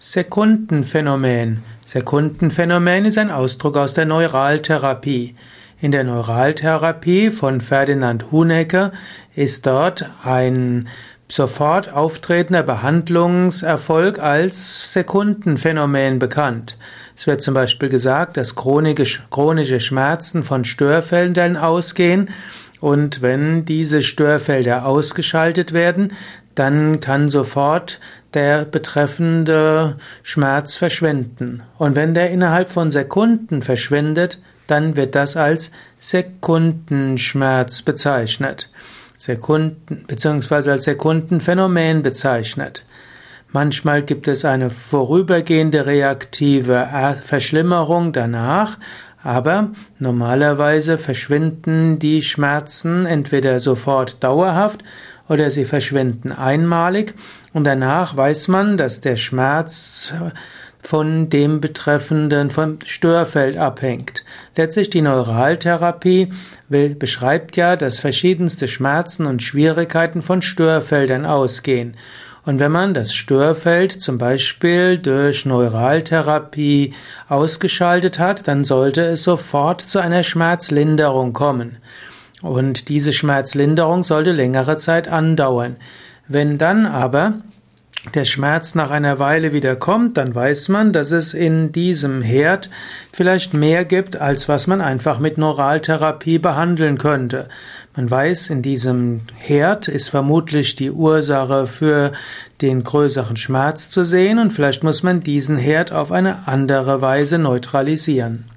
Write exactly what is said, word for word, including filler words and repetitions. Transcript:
Sekundenphänomen. Sekundenphänomen ist ein Ausdruck aus der Neuraltherapie. In der Neuraltherapie von Ferdinand Hunecke ist dort ein sofort auftretender Behandlungserfolg als Sekundenphänomen bekannt. Es wird zum Beispiel gesagt, dass chronische Schmerzen von Störfeldern ausgehen, und wenn diese Störfelder ausgeschaltet werden, dann kann sofort der betreffende Schmerz verschwinden. Und wenn der innerhalb von Sekunden verschwindet, dann wird das als Sekundenschmerz bezeichnet. Sekunden, beziehungsweise als Sekundenphänomen bezeichnet. Manchmal gibt es eine vorübergehende reaktive Verschlimmerung danach, aber normalerweise verschwinden die Schmerzen entweder sofort dauerhaft oder sie verschwinden einmalig, und danach weiß man, dass der Schmerz von dem betreffenden vom Störfeld abhängt. Letztlich die Neuraltherapie beschreibt ja, dass verschiedenste Schmerzen und Schwierigkeiten von Störfeldern ausgehen. Und wenn man das Störfeld zum Beispiel durch Neuraltherapie ausgeschaltet hat, dann sollte es sofort zu einer Schmerzlinderung kommen. Und diese Schmerzlinderung sollte längere Zeit andauern. Wenn dann aber der Schmerz nach einer Weile wieder kommt, dann weiß man, dass es in diesem Herd vielleicht mehr gibt, als was man einfach mit Neuraltherapie behandeln könnte. Man weiß, in diesem Herd ist vermutlich die Ursache für den größeren Schmerz zu sehen, und vielleicht muss man diesen Herd auf eine andere Weise neutralisieren.